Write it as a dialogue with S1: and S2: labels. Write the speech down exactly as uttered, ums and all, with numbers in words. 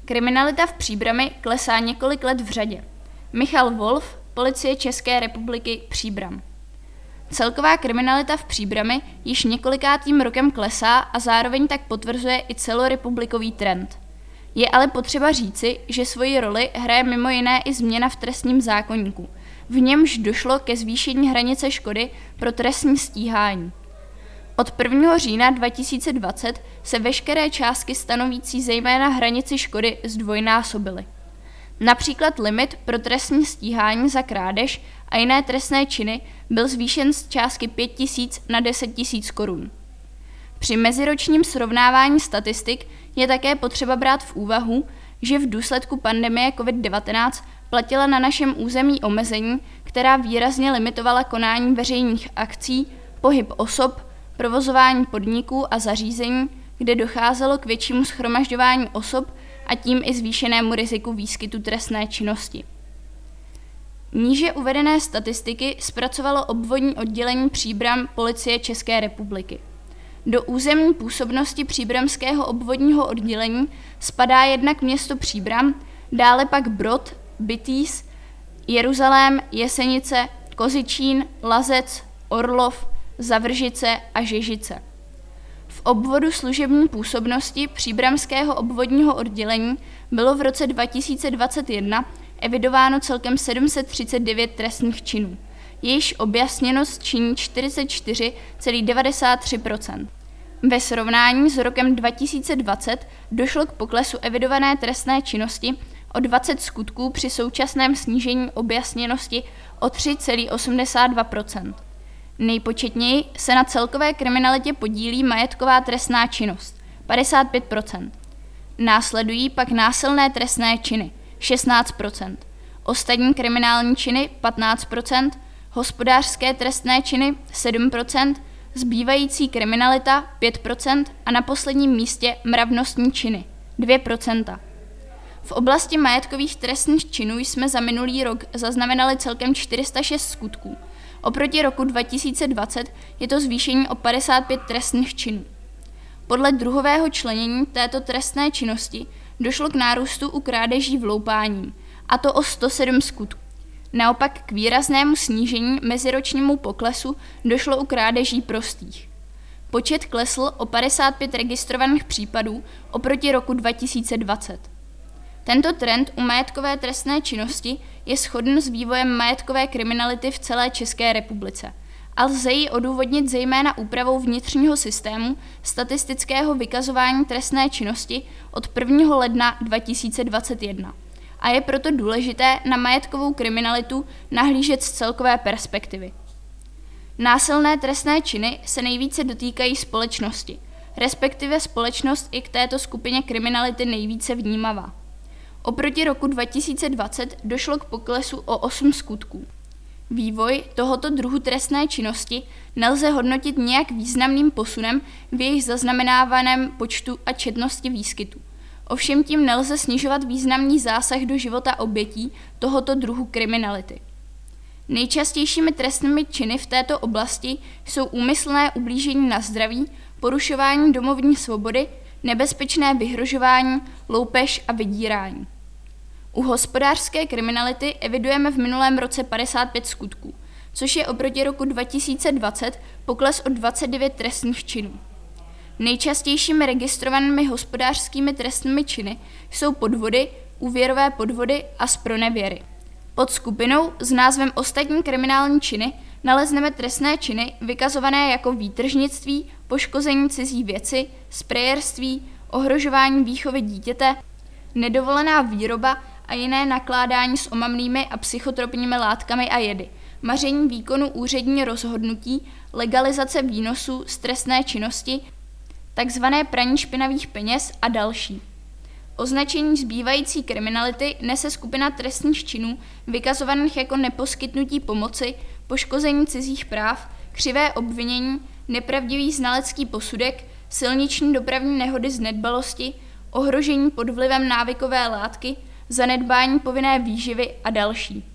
S1: Kriminalita v Příbrami klesá několik let v řadě. Michal Wolf, Policie České republiky, Příbram. Celková kriminalita v Příbrami již několikátým rokem klesá a zároveň tak potvrzuje i celorepublikový trend. Je ale potřeba říci, že svoji roli hraje mimo jiné i změna v trestním zákoníku. V němž došlo ke zvýšení hranice škody pro trestní stíhání. Od prvního října dva tisíce dvacet se veškeré částky stanovící zejména hranici škody zdvojnásobily. Například limit pro trestní stíhání za krádež a jiné trestné činy byl zvýšen z částky pět tisíc na deset tisíc korun. Při meziročním srovnávání statistik je také potřeba brát v úvahu, že v důsledku pandemie covid devatenáct platila na našem území omezení, která výrazně limitovala konání veřejných akcí, pohyb osob, provozování podniků a zařízení, kde docházelo k většímu shromažďování osob a tím i zvýšenému riziku výskytu trestné činnosti. Níže uvedené statistiky zpracovalo obvodní oddělení Příbram Policie České republiky. Do územní působnosti příbramského obvodního oddělení spadá jednak město Příbram, dále pak Brod, Bytýs, Jeruzalém, Jesenice, Kozičín, Lazec, Orlov, Zavržice a Žežice. V obvodu služební působnosti příbramského obvodního oddělení bylo v roce dva tisíce dvacet jedna evidováno celkem sedm set třicet devět trestných činů. Jejichž objasněnost činí čtyřicet čtyři celá devadesát tři procenta. Ve srovnání s rokem dva tisíce dvacet došlo k poklesu evidované trestné činnosti o dvacet skutků při současném snížení objasněnosti o tři celá osmdesát dva procenta. Nejpočetněji se na celkové kriminalitě podílí majetková trestná činnost padesát pět procent. Následují pak násilné trestné činy šestnáct procent, ostatní kriminální činy patnáct procent, hospodářské trestné činy sedm procent, zbývající kriminalita pět procent a na posledním místě mravnostní činy dvě procenta. V oblasti majetkových trestných činů jsme za minulý rok zaznamenali celkem čtyři sta šest skutků. Oproti roku dva tisíce dvacet je to zvýšení o padesát pět trestných činů. Podle druhového členění této trestné činnosti došlo k nárůstu u krádeží vloupáním, a to o sto sedm skutků. Naopak k výraznému snížení meziročnímu poklesu došlo u krádeží prostých. Počet klesl o padesát pět registrovaných případů oproti roku dva tisíce dvacet. Tento trend u majetkové trestné činnosti je shoden s vývojem majetkové kriminality v celé České republice a lze ji odůvodnit zejména úpravou vnitřního systému statistického vykazování trestné činnosti od prvního ledna dva tisíce dvacet jedna. A je proto důležité na majetkovou kriminalitu nahlížet z celkové perspektivy. Násilné trestné činy se nejvíce dotýkají společnosti, respektive společnost i k této skupině kriminality nejvíce vnímavá. Oproti roku dva tisíce dvacet došlo k poklesu o osm skutků. Vývoj tohoto druhu trestné činnosti nelze hodnotit nějak významným posunem v jejich zaznamenávaném počtu a četnosti výskytu. Ovšem tím nelze snižovat významný zásah do života obětí tohoto druhu kriminality. Nejčastějšími trestnými činy v této oblasti jsou úmyslné ublížení na zdraví, porušování domovní svobody, nebezpečné vyhrožování, loupež a vydírání. U hospodářské kriminality evidujeme v minulém roce padesát pět skutků, což je oproti roku dva tisíce dvacet pokles o dvacet devět trestných činů. Nejčastějšími registrovanými hospodářskými trestnými činy jsou podvody, úvěrové podvody a zpronevěry. Pod skupinou s názvem Ostatní kriminální činy nalezneme trestné činy vykazované jako výtržnictví, poškození cizí věci, sprejerství, ohrožování výchovy dítěte, nedovolená výroba a jiné nakládání s omamnými a psychotropními látkami a jedy, maření výkonu úřední rozhodnutí, legalizace výnosů z trestné činnosti, takzvané praní špinavých peněz a další. Označení zbývající kriminality nese skupina trestných činů vykazovaných jako neposkytnutí pomoci, poškození cizích práv, křivé obvinění, nepravdivý znalecký posudek, silniční dopravní nehody z nedbalosti, ohrožení pod vlivem návykové látky, zanedbání povinné výživy a další.